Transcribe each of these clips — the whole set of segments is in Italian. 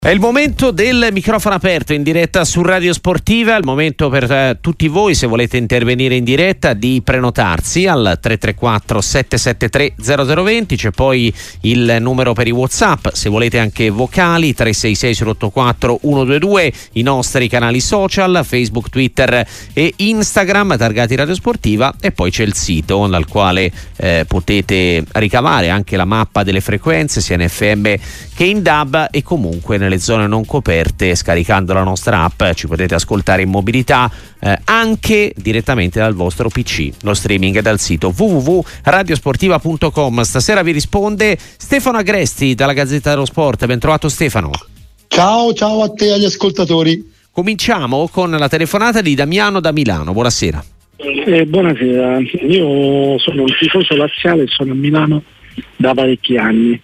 È il momento del microfono aperto in diretta su Radio Sportiva, il momento per tutti voi, se volete intervenire in diretta, di prenotarsi al 334 773 0020, c'è poi il numero per i WhatsApp, se volete anche vocali, 366 084 122, i nostri canali social, Facebook, Twitter e Instagram, targati Radio Sportiva, e poi c'è il sito dal quale potete ricavare anche la mappa delle frequenze sia in FM che in DAB, e comunque nelle zone non coperte, scaricando la nostra app, ci potete ascoltare in mobilità anche direttamente dal vostro PC. Lo streaming è dal sito www.radiosportiva.com. Stasera vi risponde Stefano Agresti dalla Gazzetta dello Sport. Ben trovato Stefano. Ciao a te e agli ascoltatori. Cominciamo con la telefonata di Damiano da Milano. Buonasera. Buonasera, io sono un tifoso laziale e sono a Milano da parecchi anni.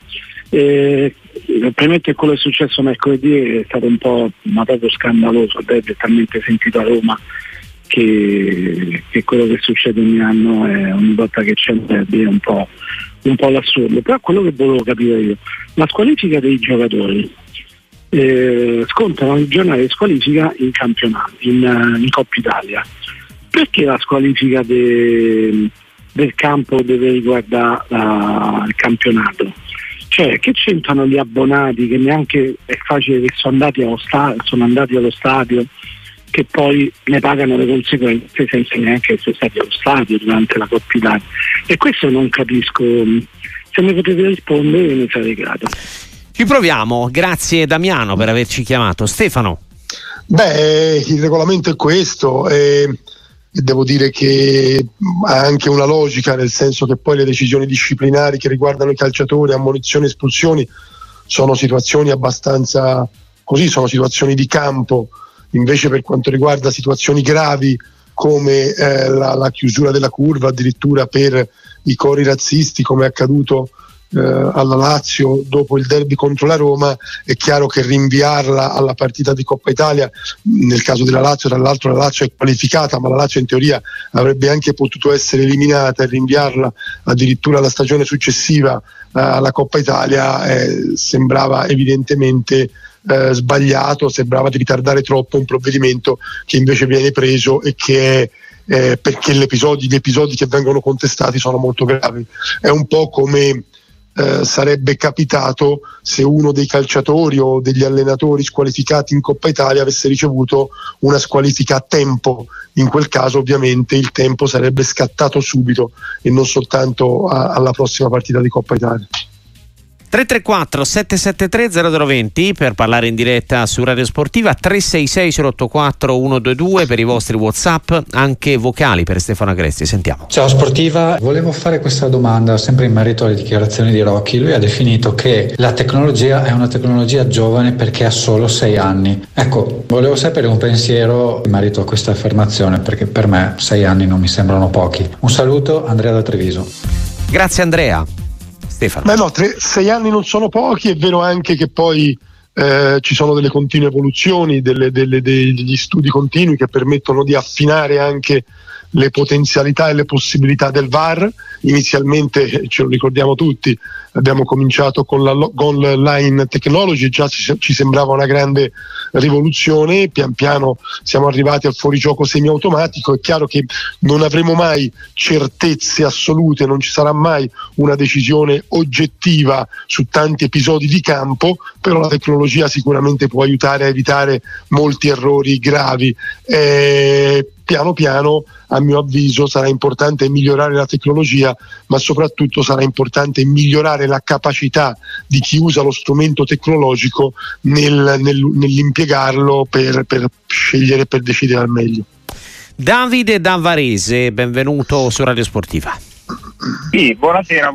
Premetto che quello che è successo mercoledì è stato un po', ma proprio scandaloso. È talmente sentito a Roma che quello che succede ogni anno è, ogni volta che c'è un derby, è un po' l'assurdo. Però quello che volevo capire io, la squalifica dei giocatori, scontano il giornale di squalifica in campionato, in Coppa Italia. Perché la squalifica del campo deve riguardare il campionato? Cioè, che c'entrano gli abbonati che neanche è facile che sono andati allo stadio, che poi ne pagano le conseguenze senza neanche essere stati allo stadio durante la Coppa Italia? E questo non capisco. Se mi potete rispondere ne sarei grato. Ci proviamo, grazie Damiano per averci chiamato. Stefano. Il regolamento è questo, e devo dire che ha anche una logica, nel senso che poi le decisioni disciplinari che riguardano i calciatori, ammonizioni, espulsioni, sono situazioni abbastanza così, sono situazioni di campo. Invece per quanto riguarda situazioni gravi come la chiusura della curva addirittura per i cori razzisti, come è accaduto alla Lazio dopo il derby contro la Roma, è chiaro che rinviarla alla partita di Coppa Italia, nel caso della Lazio, tra l'altro la Lazio è qualificata, ma la Lazio in teoria avrebbe anche potuto essere eliminata, e rinviarla addirittura alla stagione successiva alla Coppa Italia sembrava evidentemente sbagliato, sembrava di ritardare troppo un provvedimento che invece viene preso e che perché gli episodi che vengono contestati sono molto gravi. È un po' come sarebbe capitato se uno dei calciatori o degli allenatori squalificati in Coppa Italia avesse ricevuto una squalifica a tempo. In quel caso ovviamente il tempo sarebbe scattato subito e non soltanto alla prossima partita di Coppa Italia. 334 773 0020 per parlare in diretta su Radio Sportiva, 366 084 122 per i vostri WhatsApp, anche vocali per Stefano Agresti. Sentiamo. Ciao Sportiva, volevo fare questa domanda sempre in merito alle dichiarazioni di Rocchi. Lui ha definito che la tecnologia è una tecnologia giovane perché ha solo 6 anni. Ecco, volevo sapere un pensiero in merito a questa affermazione, perché per me 6 anni non mi sembrano pochi. Un saluto, Andrea da Treviso. Grazie Andrea. Stefano. 6 anni non sono pochi. È vero anche che poi ci sono delle continue evoluzioni, degli studi continui che permettono di affinare anche le potenzialità e le possibilità del VAR. Inizialmente, ce lo ricordiamo tutti, abbiamo cominciato con la goal line technology, già ci sembrava una grande rivoluzione, pian piano siamo arrivati al fuorigioco semiautomatico. È chiaro che non avremo mai certezze assolute, non ci sarà mai una decisione oggettiva su tanti episodi di campo, però la tecnologia sicuramente può aiutare a evitare molti errori gravi. Piano piano, a mio avviso, sarà importante migliorare la tecnologia, ma soprattutto sarà importante migliorare la capacità di chi usa lo strumento tecnologico nell'impiegarlo per scegliere, per decidere al meglio. Davide da Varese, benvenuto su Radio Sportiva. Sì, buonasera.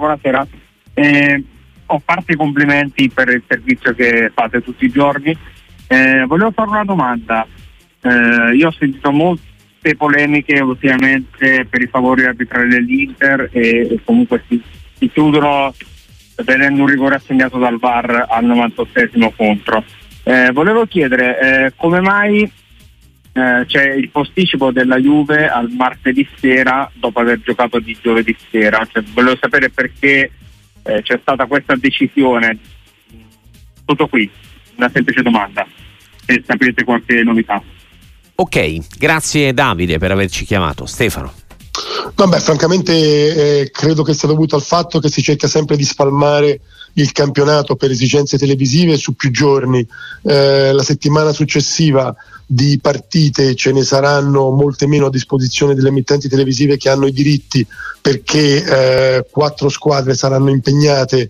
Ho parte complimenti per il servizio che fate tutti i giorni. Volevo fare una domanda. Io ho sentito molte polemiche ultimamente per i favori arbitrali dell'Inter e comunque si chiudono vedendo un rigore assegnato dal VAR al 98esimo contro. Volevo chiedere come mai c'è il posticipo della Juve al martedì sera dopo aver giocato di giovedì sera. Volevo sapere perché c'è stata questa decisione. Tutto qui. una semplice domanda, se sapete qualche novità. Ok, grazie Davide per averci chiamato. Stefano. Vabbè, francamente credo che sia dovuto al fatto che si cerca sempre di spalmare il campionato per esigenze televisive su più giorni. La settimana successiva di partite ce ne saranno molte meno a disposizione delle emittenti televisive che hanno i diritti, perché 4 squadre saranno impegnate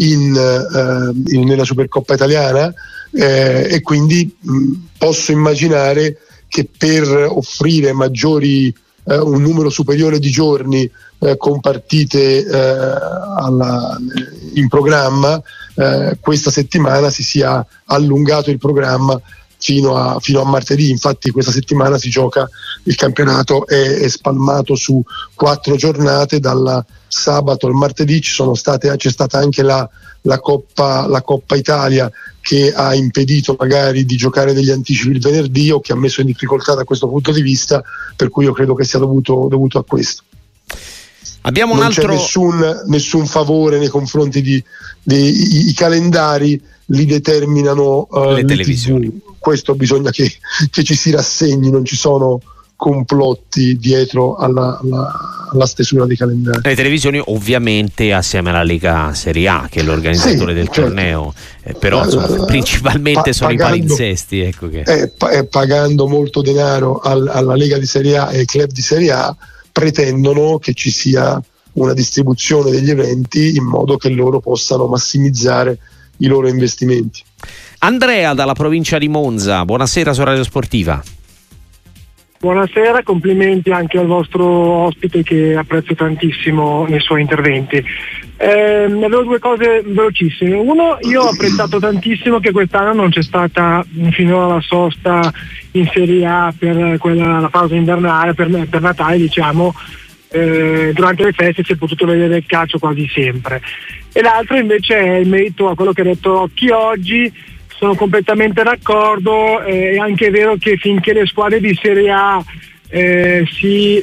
nella Supercoppa italiana, e quindi posso immaginare che per offrire un numero superiore di giorni con partite in programma, questa settimana si sia allungato il programma fino a martedì. Infatti questa settimana il campionato è spalmato su 4 giornate, dal sabato al martedì. C'è stata anche la Coppa Italia, che ha impedito magari di giocare degli anticipi il venerdì, o che ha messo in difficoltà da questo punto di vista, per cui io credo che sia dovuto a questo. Abbiamo non c'è nessun favore nei confronti i calendari li determinano le televisioni. TV. Questo bisogna che ci si rassegni, non ci sono complotti dietro alla stesura dei calendari. Le televisioni ovviamente assieme alla Lega Serie A, che è l'organizzatore del torneo, però principalmente sono i palinsesti, ecco che. Pagando molto denaro alla Lega di Serie A e ai club di Serie A, pretendono che ci sia una distribuzione degli eventi in modo che loro possano massimizzare i loro investimenti. Andrea dalla provincia di Monza, buonasera su Radio Sportiva. Buonasera, complimenti anche al vostro ospite, che apprezzo tantissimo nei suoi interventi. Avevo 2 cose velocissime. Uno, io ho apprezzato tantissimo che quest'anno non c'è stata finora la sosta in Serie A per la pausa invernale, per Natale, diciamo. Durante le feste si è potuto vedere il calcio quasi sempre. E l'altro invece è in merito a quello che ha detto Rocchi oggi. Sono completamente d'accordo, è anche vero che finché le squadre di Serie A si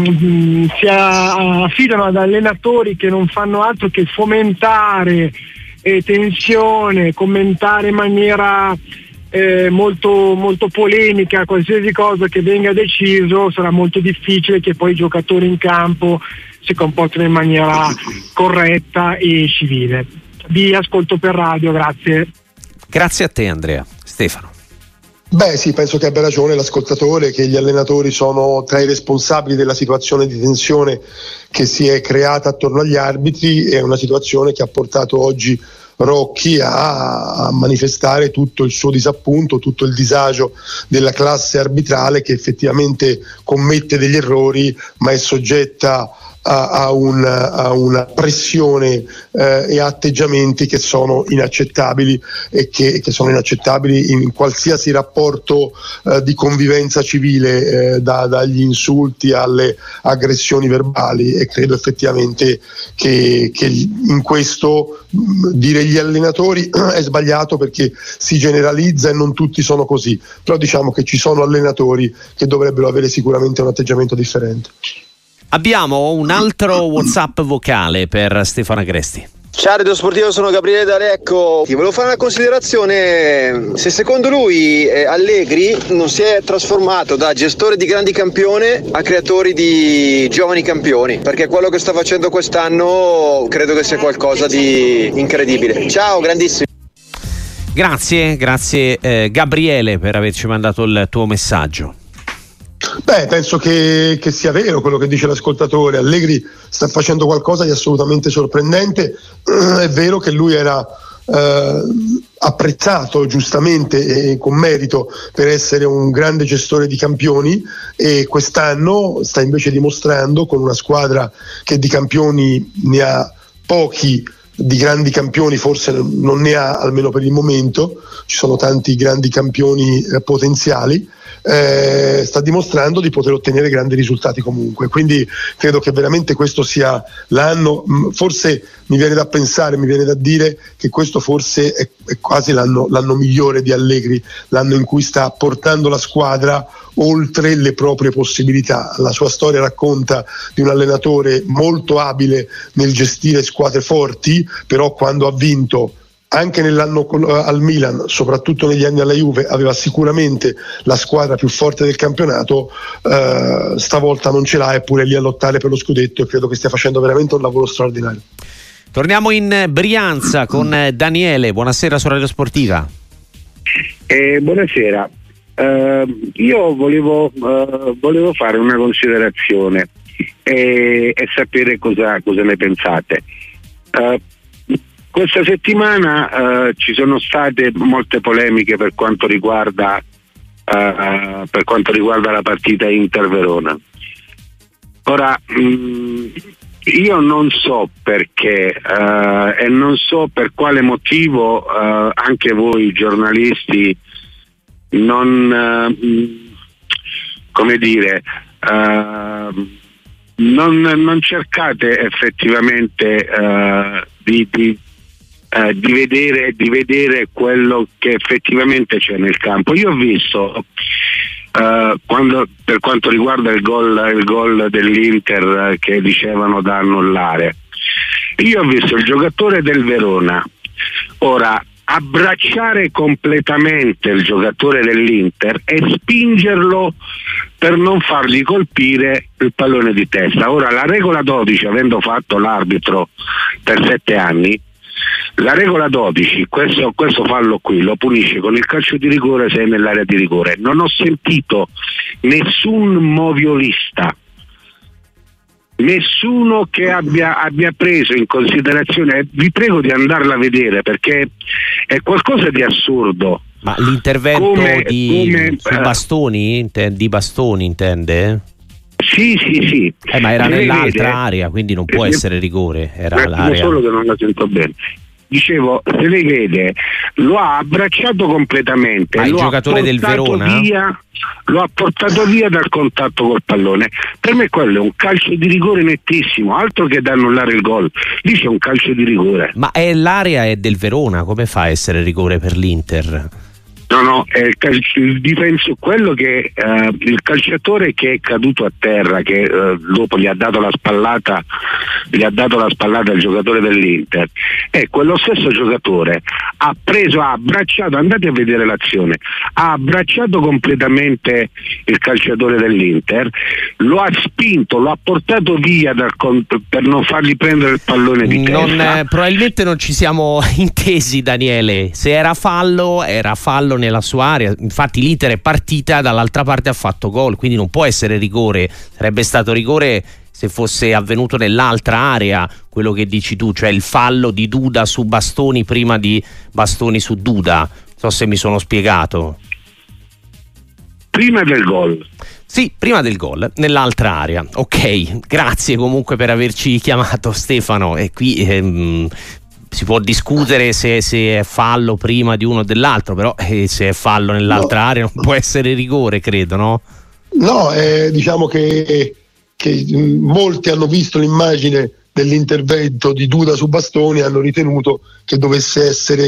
affidano ad allenatori che non fanno altro che fomentare tensione, commentare in maniera molto, molto polemica qualsiasi cosa che venga deciso, sarà molto difficile che poi i giocatori in campo si comportino in maniera corretta e civile. Vi ascolto per radio, grazie. Grazie a te Andrea. Stefano. Beh sì, penso che abbia ragione l'ascoltatore, che gli allenatori sono tra i responsabili della situazione di tensione che si è creata attorno agli arbitri. È una situazione che ha portato oggi Rocchi a manifestare tutto il suo disappunto, tutto il disagio della classe arbitrale, che effettivamente commette degli errori ma è soggetta a una pressione e atteggiamenti che sono inaccettabili, e che sono inaccettabili in qualsiasi rapporto di convivenza civile, dagli insulti alle aggressioni verbali. E credo effettivamente che in questo dire gli allenatori è sbagliato, perché si generalizza e non tutti sono così, però diciamo che ci sono allenatori che dovrebbero avere sicuramente un atteggiamento differente. Abbiamo un altro WhatsApp vocale per Stefano Agresti. Ciao Radio Sportivo, sono Gabriele da Lecco. Ti volevo fare una considerazione: se secondo lui Allegri non si è trasformato da gestore di grandi campioni a creatore di giovani campioni, perché quello che sta facendo quest'anno credo che sia qualcosa di incredibile. Ciao, grandissimo. Grazie Gabriele per averci mandato il tuo messaggio. Beh, penso che sia vero quello che dice l'ascoltatore. Allegri sta facendo qualcosa di assolutamente sorprendente. È vero che lui era apprezzato giustamente e con merito per essere un grande gestore di campioni, e quest'anno sta invece dimostrando, con una squadra che di campioni ne ha pochi, di grandi campioni forse non ne ha, almeno per il momento. Ci sono tanti grandi campioni potenziali. Sta dimostrando di poter ottenere grandi risultati comunque, quindi credo che veramente questo sia l'anno, forse mi viene da pensare, mi viene da dire che questo forse è quasi l'anno migliore di Allegri, l'anno in cui sta portando la squadra oltre le proprie possibilità. La sua storia racconta di un allenatore molto abile nel gestire squadre forti, però quando ha vinto anche nell'anno al Milan, soprattutto negli anni alla Juve, aveva sicuramente la squadra più forte del campionato, stavolta non ce l'ha, eppure lì a lottare per lo scudetto, e credo che stia facendo veramente un lavoro straordinario. Torniamo in Brianza con Daniele, buonasera su Radio Sportiva. Buonasera, io volevo fare una considerazione e sapere cosa ne pensate. Questa settimana ci sono state molte polemiche per quanto riguarda la partita Inter-Verona. Ora, io non so perché e non so per quale motivo anche voi giornalisti non cercate effettivamente di vedere quello che effettivamente c'è nel campo. Io ho visto per quanto riguarda il gol dell'Inter che dicevano da annullare, io ho visto il giocatore del Verona ora abbracciare completamente il giocatore dell'Inter e spingerlo per non fargli colpire il pallone di testa. Ora, la regola 12, avendo fatto l'arbitro per 7 anni, la regola 12, questo fallo qui lo punisce con il calcio di rigore se è nell'area di rigore. Non ho sentito nessun moviolista, nessuno che abbia preso in considerazione. Vi prego di andarla a vedere, perché è qualcosa di assurdo. Ma l'intervento su Bastoni, di Bastoni intende? Sì. Ma era nell'altra area, quindi non può essere rigore. Era l'area. Solo che non la sento bene. Dicevo, se lei vede, lo ha abbracciato completamente. Ma il giocatore del Verona? Lo ha portato via dal contatto col pallone. Per me quello è un calcio di rigore nettissimo, altro che da annullare il gol. Lì c'è un calcio di rigore. Ma l'area è del Verona, come fa a essere rigore per l'Inter? No, è il difenso, quello che il calciatore che è caduto a terra, che dopo gli ha dato la spallata al giocatore dell'Inter, e quello stesso giocatore ha abbracciato, andate a vedere l'azione, ha abbracciato completamente il calciatore dell'Inter, lo ha spinto, lo ha portato via per non fargli prendere il pallone di testa. Probabilmente non ci siamo intesi, Daniele. Se era fallo nella sua area. Infatti l'Inter è partita, dall'altra parte ha fatto gol, quindi non può essere rigore. Sarebbe stato rigore se fosse avvenuto nell'altra area, quello che dici tu, cioè il fallo di Duda su Bastoni prima di Bastoni su Duda. Non so se mi sono spiegato. Prima del gol. Sì, prima del gol, nell'altra area. Ok, grazie comunque per averci chiamato, Stefano. E qui si può discutere se è fallo prima di uno o dell'altro, però se è fallo nell'altra area non può essere rigore, credo, no? No, diciamo che molti hanno visto l'immagine dell'intervento di Duda su Bastoni e hanno ritenuto che dovesse essere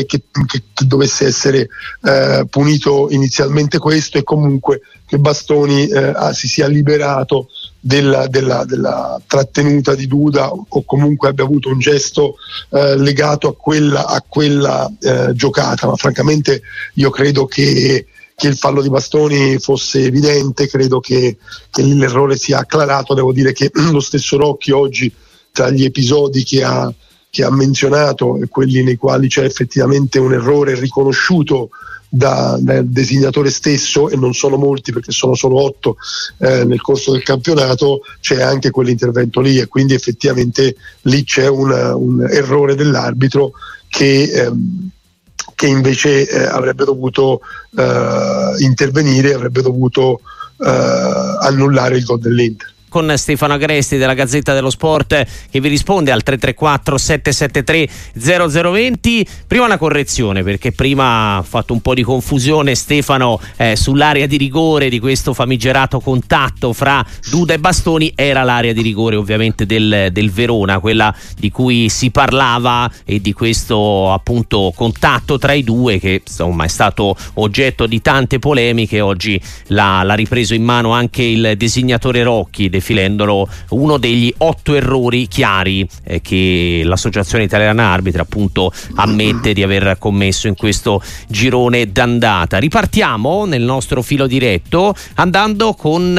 punito inizialmente questo, e comunque che Bastoni si sia liberato della trattenuta di Duda, o comunque abbia avuto un gesto legato a quella giocata. Ma francamente io credo che il fallo di Bastoni fosse evidente, credo che l'errore sia acclarato. Devo dire che lo stesso Rocchi oggi, tra gli episodi che ha menzionato e quelli nei quali c'è effettivamente un errore riconosciuto dal designatore stesso, e non sono molti perché sono solo 8 nel corso del campionato, c'è anche quell'intervento lì, e quindi effettivamente lì c'è un errore dell'arbitro che invece avrebbe dovuto intervenire, avrebbe dovuto annullare il gol dell'Inter. Con Stefano Agresti della Gazzetta dello Sport, che vi risponde al 334 773 0020. Prima una correzione, perché prima ha fatto un po' di confusione Stefano sull'area di rigore di questo famigerato contatto fra Duda e Bastoni. Era l'area di rigore ovviamente del Verona, quella di cui si parlava, e di questo appunto contatto tra i due che insomma è stato oggetto di tante polemiche. Oggi l'ha ripreso in mano anche il designatore Rocchi definendolo uno degli 8 errori chiari che l'Associazione Italiana Arbitri appunto ammette di aver commesso in questo girone d'andata. Ripartiamo nel nostro filo diretto andando con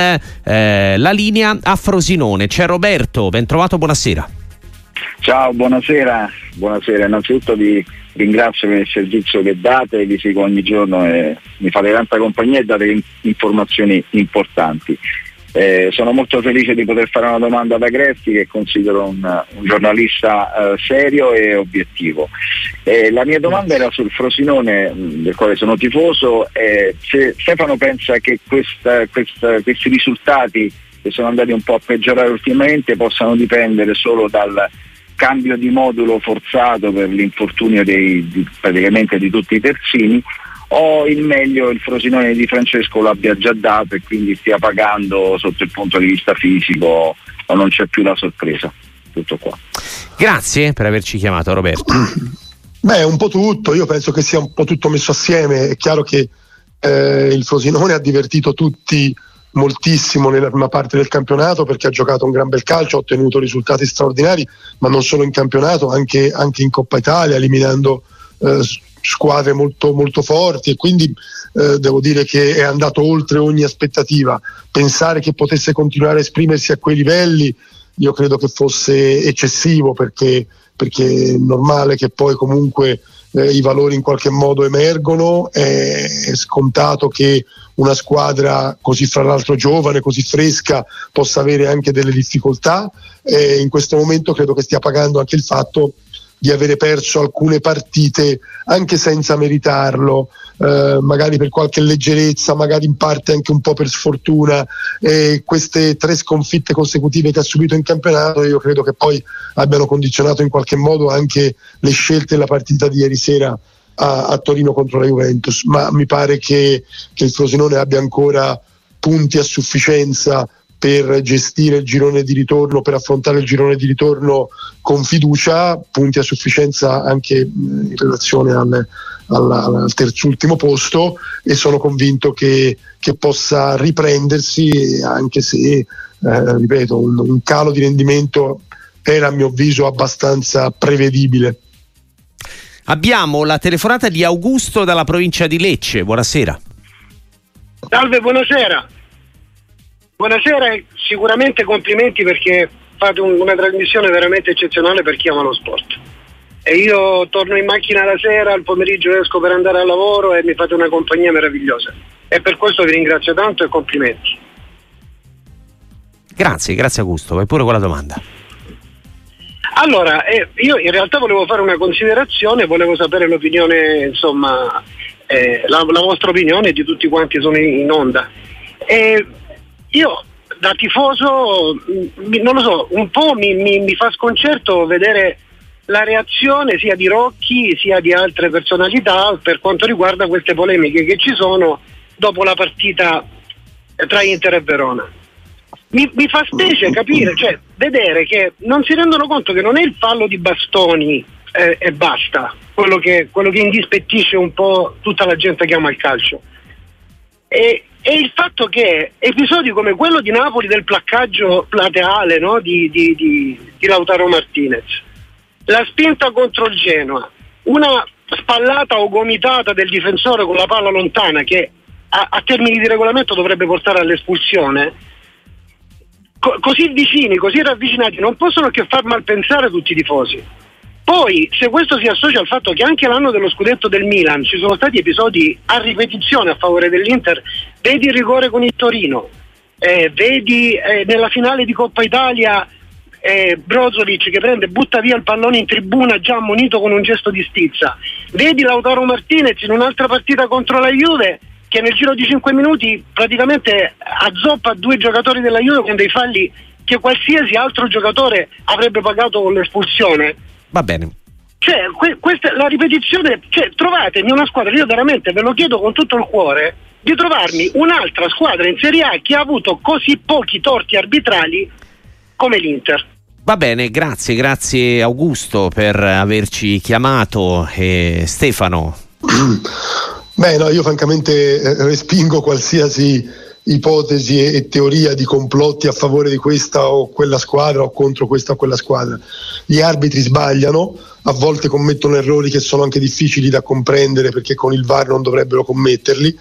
la linea a Frosinone. C'è Roberto, ben trovato, buonasera. Ciao, buonasera. Innanzitutto vi ringrazio per il servizio che date, vi seguo ogni giorno e mi fate tanta compagnia e date informazioni importanti. Sono molto felice di poter fare una domanda ad Agresti, che considero un giornalista serio e obiettivo. La mia domanda era sul Frosinone, del quale sono tifoso. Se Stefano pensa che questi risultati, che sono andati un po' a peggiorare ultimamente, possano dipendere solo dal cambio di modulo forzato per l'infortunio praticamente di tutti i terzini, o il meglio il Frosinone di Francesco lo abbia già dato e quindi stia pagando sotto il punto di vista fisico, o non c'è più la sorpresa. Tutto qua. Grazie per averci chiamato, Roberto. Beh, un po' tutto, io penso che sia un po' tutto messo assieme. È chiaro che il Frosinone ha divertito tutti moltissimo nella prima parte del campionato, perché ha giocato un gran bel calcio, ha ottenuto risultati straordinari, ma non solo in campionato, anche in Coppa Italia, eliminando squadre molto, molto forti, e quindi devo dire che è andato oltre ogni aspettativa. Pensare che potesse continuare a esprimersi a quei livelli io credo che fosse eccessivo, perché è normale che poi comunque i valori in qualche modo emergono. È scontato che una squadra così, fra l'altro giovane, così fresca, possa avere anche delle difficoltà, e in questo momento credo che stia pagando anche il fatto di avere perso alcune partite anche senza meritarlo, magari per qualche leggerezza, magari in parte anche un po' per sfortuna. Queste 3 sconfitte consecutive che ha subito in campionato io credo che poi abbiano condizionato in qualche modo anche le scelte della partita di ieri sera a Torino contro la Juventus, ma mi pare che il Frosinone abbia ancora punti a sufficienza per gestire il girone di ritorno, per affrontare il girone di ritorno con fiducia, punti a sufficienza anche in relazione al terzultimo posto, e sono convinto che possa riprendersi, anche se ripeto, un calo di rendimento era, a mio avviso, abbastanza prevedibile. Abbiamo la telefonata di Augusto dalla provincia di Lecce. Buonasera. Salve, buonasera. Buonasera e sicuramente complimenti, perché fate una trasmissione veramente eccezionale per chi ama lo sport. E io torno in macchina la sera, al pomeriggio esco per andare al lavoro e mi fate una compagnia meravigliosa. E per questo vi ringrazio tanto e complimenti. Grazie Augusto. Vai pure con la domanda. Allora, io in realtà volevo fare una considerazione, volevo sapere l'opinione, insomma, la vostra opinione, di tutti quanti sono in onda. Io da tifoso, non lo so, un po' mi fa sconcerto vedere la reazione sia di Rocchi sia di altre personalità per quanto riguarda queste polemiche che ci sono dopo la partita tra Inter e Verona. Mi fa specie capire, cioè vedere che non si rendono conto che non è il fallo di Bastoni e basta quello che indispettisce un po' tutta la gente che ama il calcio, e il fatto che episodi come quello di Napoli del placcaggio plateale, no? di Lautaro Martinez, la spinta contro il Genoa, una spallata o gomitata del difensore con la palla lontana che a termini di regolamento dovrebbe portare all'espulsione, così vicini, così ravvicinati, non possono che far malpensare tutti i tifosi. Poi, se questo si associa al fatto che anche l'anno dello scudetto del Milan ci sono stati episodi a ripetizione a favore dell'Inter, vedi il rigore con il Torino, vedi nella finale di Coppa Italia Brozovic che butta via il pallone in tribuna già ammonito con un gesto di stizza, vedi Lautaro Martinez in un'altra partita contro la Juve che nel giro di 5 minuti praticamente azzoppa 2 giocatori della Juve con dei falli che qualsiasi altro giocatore avrebbe pagato con l'espulsione. Va bene. Cioè, questa la ripetizione, cioè, trovatemi una squadra, io veramente ve lo chiedo con tutto il cuore, di trovarmi un'altra squadra in Serie A che ha avuto così pochi torti arbitrali come l'Inter. Va bene, grazie Augusto per averci chiamato. Stefano. Beh, no, io francamente respingo qualsiasi ipotesi e teoria di complotti a favore di questa o quella squadra o contro questa o quella squadra. Gli arbitri sbagliano, a volte commettono errori che sono anche difficili da comprendere perché con il VAR non dovrebbero commetterli,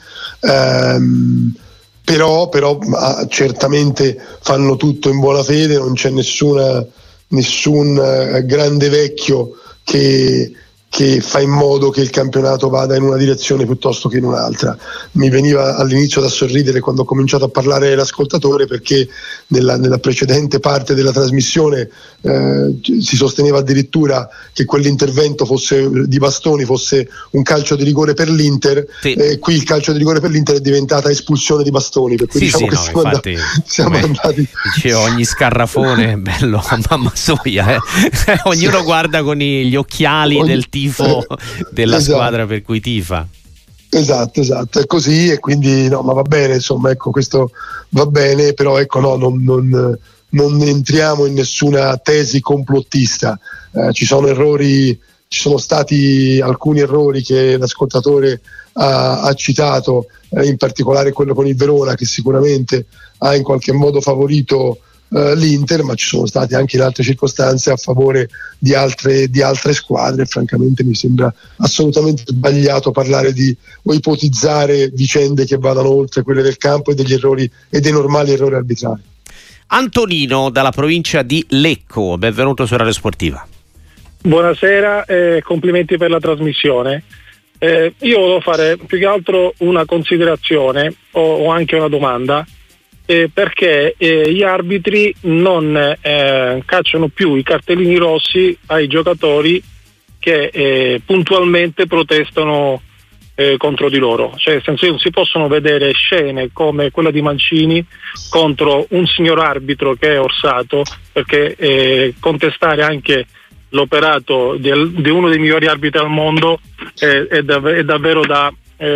però certamente fanno tutto in buona fede, non c'è nessun grande vecchio che fa in modo che il campionato vada in una direzione piuttosto che in un'altra. Mi veniva all'inizio da sorridere quando ho cominciato a parlare l'ascoltatore, perché nella precedente parte della trasmissione si sosteneva addirittura che quell'intervento di Bastoni fosse un calcio di rigore per l'Inter, sì. Qui il calcio di rigore per l'Inter è diventata espulsione di Bastoni, per cui siamo andati. Dicevo, ogni scarrafone è bello a mamma soia, ognuno guarda con gli occhiali del tifo della squadra per cui tifa. Esatto, è così, e quindi no, ma va bene, insomma, ecco, questo va bene, però ecco, no, non entriamo in nessuna tesi complottista. Ci sono stati alcuni errori che l'ascoltatore ha citato, in particolare quello con il Verona, che sicuramente ha in qualche modo favorito l'Inter, ma ci sono stati anche in altre circostanze a favore di altre squadre. Francamente mi sembra assolutamente sbagliato parlare o ipotizzare vicende che vadano oltre quelle del campo e degli errori e dei normali errori arbitrali. Antonino dalla provincia di Lecco, benvenuto su Radio Sportiva. Buonasera, complimenti per la trasmissione. Io volevo fare più che altro una considerazione o anche una domanda. Perché gli arbitri non cacciano più i cartellini rossi ai giocatori che puntualmente protestano contro di loro. Cioè, nel senso, non si possono vedere scene come quella di Mancini contro un signor arbitro che è Orsato, perché contestare anche l'operato di uno dei migliori arbitri al mondo è davvero da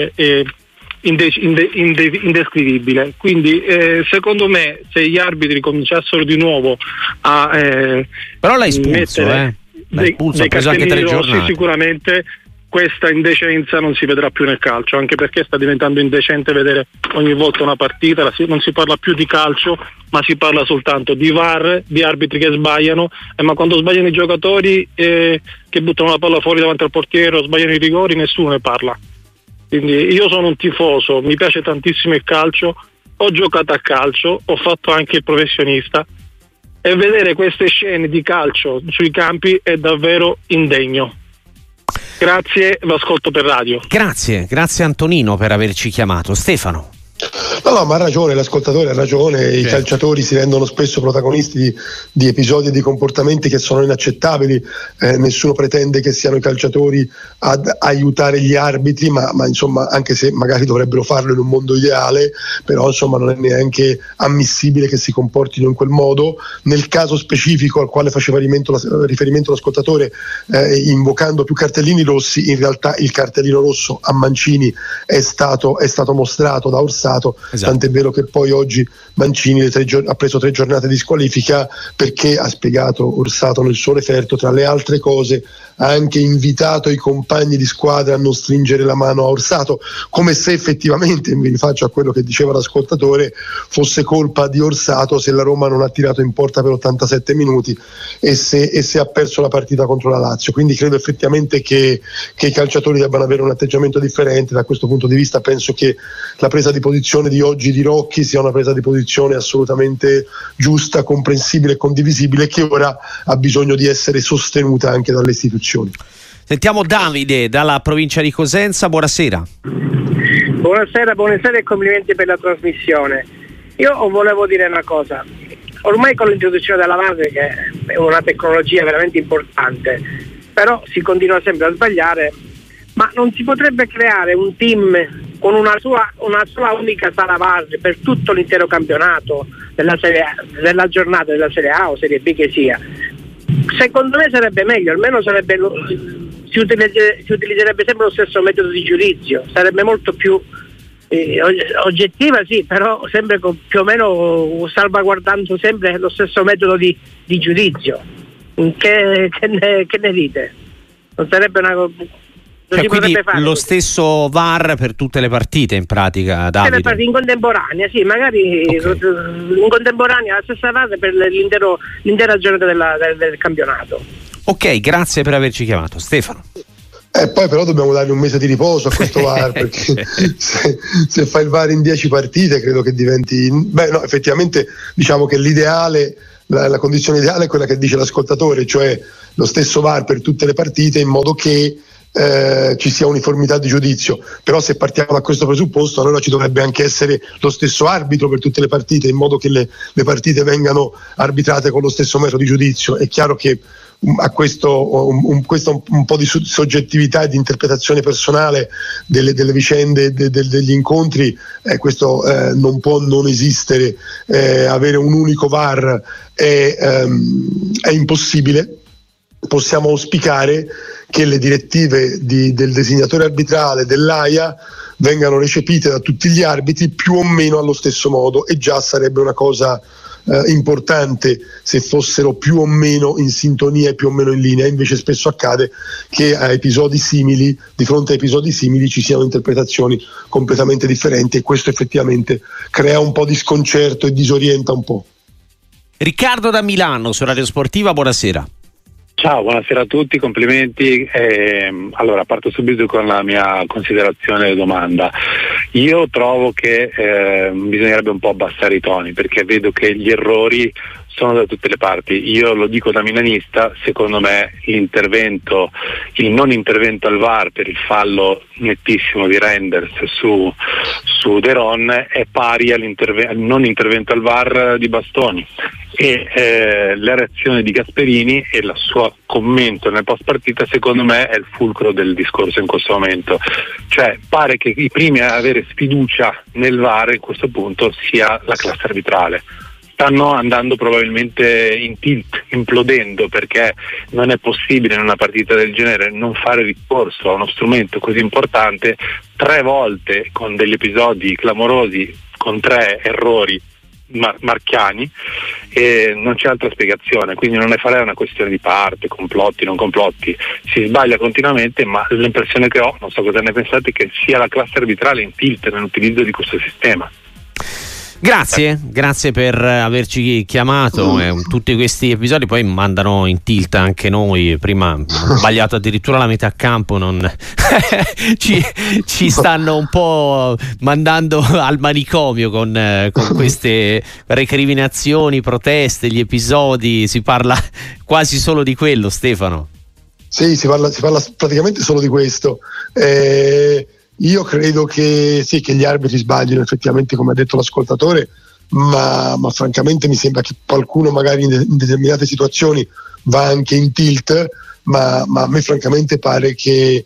indescrivibile. Quindi secondo me, se gli arbitri cominciassero di nuovo a però l'hai espulso, dei cartellini rossi, sicuramente questa indecenza non si vedrà più nel calcio, anche perché sta diventando indecente vedere ogni volta una partita, non si parla più di calcio, ma si parla soltanto di VAR, di arbitri che sbagliano, ma quando sbagliano i giocatori che buttano la palla fuori davanti al portiere o sbagliano i rigori, nessuno ne parla. Quindi io sono un tifoso, mi piace tantissimo il calcio, ho giocato a calcio, ho fatto anche il professionista, e vedere queste scene di calcio sui campi è davvero indegno. Grazie, lo ascolto per radio. Grazie Antonino per averci chiamato. Stefano. No, ma ha ragione, l'ascoltatore ha ragione, certo. I calciatori si rendono spesso protagonisti di episodi e di comportamenti che sono inaccettabili, nessuno pretende che siano i calciatori ad aiutare gli arbitri, ma insomma, anche se magari dovrebbero farlo in un mondo ideale, però insomma non è neanche ammissibile che si comportino in quel modo. Nel caso specifico al quale faceva riferimento l'ascoltatore, invocando più cartellini rossi, in realtà il cartellino rosso a Mancini è stato mostrato da Orsato. Esatto. Tant'è vero che poi oggi Mancini ha preso 3 giornate di squalifica, perché ha spiegato Orsato nel suo referto, tra le altre cose ha anche invitato i compagni di squadra a non stringere la mano a Orsato, come se effettivamente, mi rifaccio a quello che diceva l'ascoltatore, fosse colpa di Orsato se la Roma non ha tirato in porta per 87 minuti e se ha perso la partita contro la Lazio. Quindi credo effettivamente che i calciatori debbano avere un atteggiamento differente. Da questo punto di vista penso che la presa di posizione di oggi di Rocchi sia una presa di posizione assolutamente giusta, comprensibile e condivisibile, che ora ha bisogno di essere sostenuta anche dalle istituzioni. Sentiamo Davide dalla provincia di Cosenza. Buonasera. Buonasera e complimenti per la trasmissione. Io volevo dire una cosa. Ormai con l'introduzione della VAR, che è una tecnologia veramente importante, però si continua sempre a sbagliare, ma non si potrebbe creare un team con una sola unica sala VAR per tutto l'intero campionato della giornata della Serie A o Serie B che sia? Secondo me sarebbe meglio, almeno si utilizzerebbe sempre lo stesso metodo di giudizio, sarebbe molto più oggettiva, sì, però sempre più o meno salvaguardando sempre lo stesso metodo di giudizio. Che ne dite? Non sarebbe si quindi potrebbe fare lo così. stesso VAR per tutte le partite in pratica, Davide? Le partite in contemporanea, sì, magari in contemporanea la stessa fase per l'intera giornata del campionato. Ok, grazie per averci chiamato. Stefano. Poi però dobbiamo dargli un mese di riposo a questo VAR, perché se fa il VAR in 10 partite credo che diventi... no, effettivamente diciamo che l'ideale, la condizione ideale è quella che dice l'ascoltatore, cioè lo stesso VAR per tutte le partite, in modo che ci sia uniformità di giudizio. Però se partiamo da questo presupposto, allora ci dovrebbe anche essere lo stesso arbitro per tutte le partite, in modo che le partite vengano arbitrate con lo stesso metro di giudizio. È chiaro che a questo un po' di soggettività e di interpretazione personale delle vicende, degli incontri, questo non può non esistere. Avere un unico VAR è impossibile. Possiamo auspicare che le direttive del designatore arbitrale, dell'AIA, vengano recepite da tutti gli arbitri più o meno allo stesso modo, e già sarebbe una cosa importante se fossero più o meno in sintonia e più o meno in linea. Invece spesso accade che di fronte a episodi simili ci siano interpretazioni completamente differenti, e questo effettivamente crea un po' di sconcerto e disorienta un po'. Riccardo da Milano su Radio Sportiva, buonasera. Ciao, buonasera a tutti, complimenti. Allora, parto subito con la mia considerazione e domanda. Io trovo che bisognerebbe un po' abbassare i toni, perché vedo che gli errori sono da tutte le parti. Io lo dico da milanista, secondo me il non intervento al VAR per il fallo nettissimo di Reinders su De Ron è pari al non intervento al VAR di Bastoni, e la reazione di Gasperini e il suo commento nel post partita secondo me è il fulcro del discorso in questo momento. Cioè pare che i primi a avere sfiducia nel VAR in questo punto sia la classe arbitrale. Stanno andando probabilmente in tilt, implodendo, perché non è possibile in una partita del genere non fare ricorso a uno strumento così importante 3 volte con degli episodi clamorosi, con 3 errori marchiani, e non c'è altra spiegazione. Quindi non ne farei una questione di parte, complotti, non complotti, si sbaglia continuamente, ma l'impressione che ho, non so cosa ne pensate, che sia la classe arbitrale in tilt nell'utilizzo di questo sistema. Grazie per averci chiamato. Tutti questi episodi poi mandano in tilt anche noi. Prima ho sbagliato addirittura la metà campo, ci stanno un po' mandando al manicomio con queste recriminazioni, proteste, gli episodi. Si parla quasi solo di quello, Stefano. Sì, si parla praticamente solo di questo. Io credo che sì, che gli arbitri sbaglino effettivamente, come ha detto l'ascoltatore, ma francamente mi sembra che qualcuno magari in determinate situazioni va anche in tilt, ma a me francamente pare che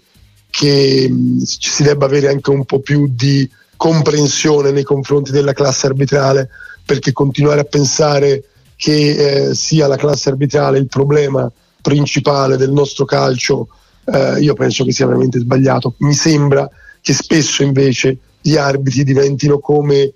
si debba avere anche un po' più di comprensione nei confronti della classe arbitrale, perché continuare a pensare che sia la classe arbitrale il problema principale del nostro calcio, io penso che sia veramente sbagliato. Mi sembra che spesso invece gli arbitri diventino come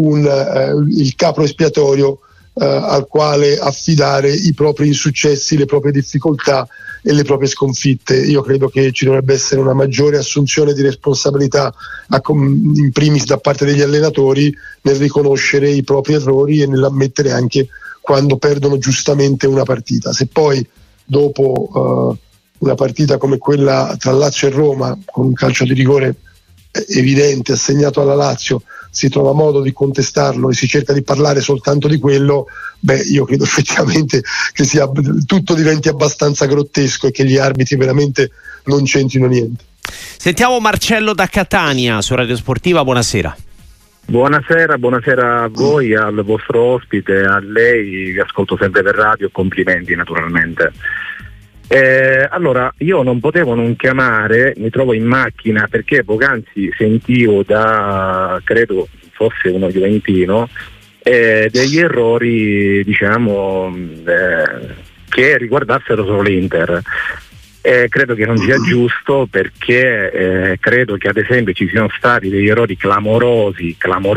il capro espiatorio al quale affidare i propri insuccessi, le proprie difficoltà e le proprie sconfitte. Io credo che ci dovrebbe essere una maggiore assunzione di responsabilità, in primis da parte degli allenatori, nel riconoscere i propri errori e nell'ammettere anche quando perdono giustamente una partita. Se poi dopo una partita come quella tra Lazio e Roma, con un calcio di rigore evidente assegnato alla Lazio, si trova modo di contestarlo e si cerca di parlare soltanto di quello, io credo effettivamente che tutto diventi abbastanza grottesco e che gli arbitri veramente non c'entrino niente. Sentiamo Marcello da Catania su Radio Sportiva, buonasera. Buonasera a voi, al vostro ospite, a lei, vi ascolto sempre per radio, complimenti naturalmente. Allora, io non potevo non chiamare, mi trovo in macchina perché poc'anzi sentivo credo fosse uno juventino, degli errori, diciamo, che riguardassero solo l'Inter. Credo che non sia giusto, perché credo che ad esempio ci siano stati degli errori clamorosi,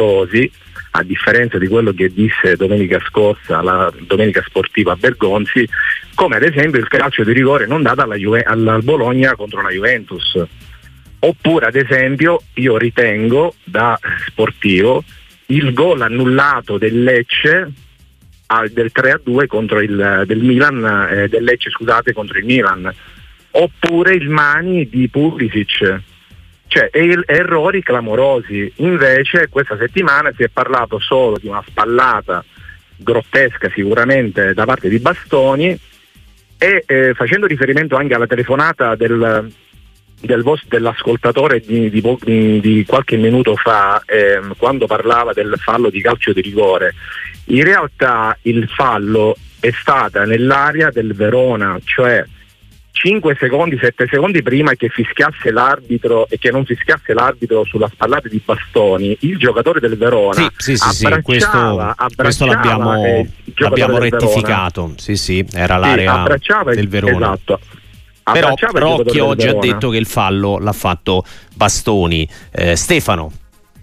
a differenza di quello che disse domenica scorsa la domenica sportiva a Bergonzi, come ad esempio il calcio di rigore non dato al Bologna contro la Juventus. Oppure ad esempio io ritengo da sportivo il gol annullato del Lecce del 3-2 contro del Milan, del Lecce scusate, contro il Milan, oppure il Mani di Pulisic, cioè errori clamorosi. Invece questa settimana si è parlato solo di una spallata grottesca sicuramente da parte di Bastoni e facendo riferimento anche alla telefonata dell'ascoltatore di qualche minuto fa, quando parlava del fallo di calcio di rigore, in realtà il fallo è stata nell'area del Verona, cioè 5 secondi, 7 secondi prima che fischiasse l'arbitro e che non fischiasse l'arbitro sulla spallata di Bastoni, il giocatore del Verona questo l'abbiamo rettificato. Sì, era l'area del Verona. Esatto. Però Rocchi oggi ha detto che il fallo l'ha fatto Bastoni. Stefano.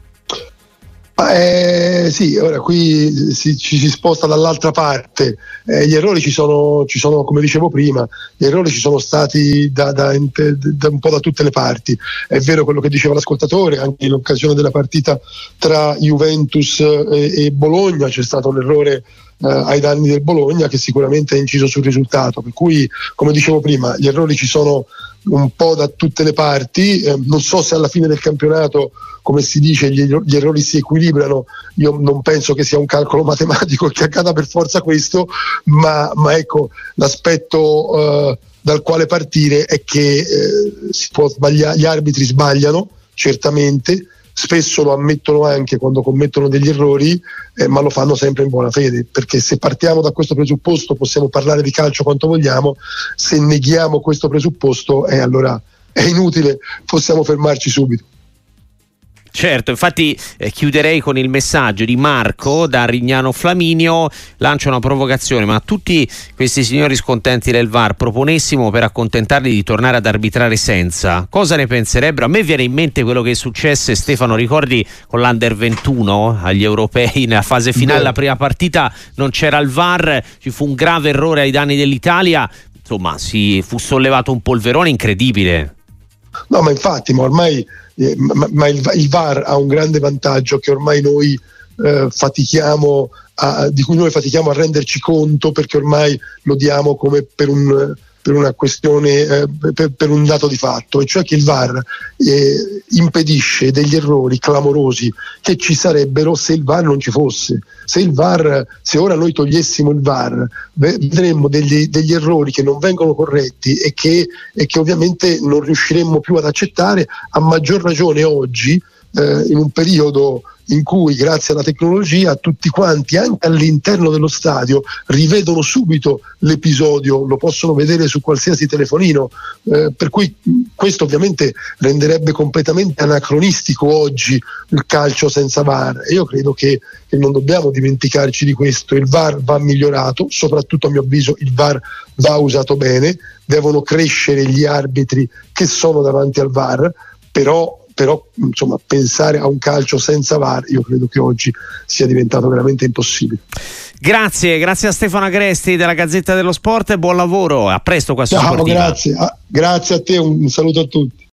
Sì, ora qui ci si sposta dall'altra parte. Gli errori ci sono, come dicevo prima, gli errori ci sono stati da un po' da tutte le parti. È vero quello che diceva l'ascoltatore, anche in occasione della partita tra Juventus e Bologna c'è stato un errore ai danni del Bologna che sicuramente ha inciso sul risultato, per cui, come dicevo prima, gli errori ci sono un po' da tutte le parti. Non so se alla fine del campionato, come si dice, gli errori si equilibrano. Io non penso che sia un calcolo matematico che accada per forza questo, ma ecco, l'aspetto dal quale partire è che si può sbagliare, gli arbitri sbagliano certamente, spesso lo ammettono anche quando commettono degli errori, ma lo fanno sempre in buona fede, perché se partiamo da questo presupposto possiamo parlare di calcio quanto vogliamo, se neghiamo questo presupposto allora è inutile, possiamo fermarci subito. Certo, infatti chiuderei con il messaggio di Marco da Rignano Flaminio, lancia una provocazione: ma a tutti questi signori scontenti del VAR proponessimo per accontentarli di tornare ad arbitrare senza, cosa ne penserebbero? A me viene in mente quello che successe, Stefano, ricordi con l'Under 21 agli europei nella fase finale, la prima partita non c'era il VAR, ci fu un grave errore ai danni dell'Italia, insomma si fu sollevato un polverone incredibile. No, ma infatti, ma ormai il VAR ha un grande vantaggio che ormai noi di cui noi fatichiamo a renderci conto, perché ormai lo diamo come per una questione, per un dato di fatto, e cioè che il VAR impedisce degli errori clamorosi che ci sarebbero se il VAR non ci fosse. Se ora noi togliessimo il VAR, vedremmo degli errori che non vengono corretti e che ovviamente non riusciremmo più ad accettare, a maggior ragione oggi, in un periodo in cui grazie alla tecnologia tutti quanti anche all'interno dello stadio rivedono subito l'episodio, lo possono vedere su qualsiasi telefonino, per cui questo ovviamente renderebbe completamente anacronistico oggi il calcio senza VAR, e io credo che non dobbiamo dimenticarci di questo. Il VAR va migliorato, soprattutto a mio avviso il VAR va usato bene, devono crescere gli arbitri che sono davanti al VAR, però insomma, pensare a un calcio senza VAR io credo che oggi sia diventato veramente impossibile. Grazie a Stefano Agresti della Gazzetta dello Sport e buon lavoro, a presto qua su Sportiva. Grazie a te, un saluto a tutti.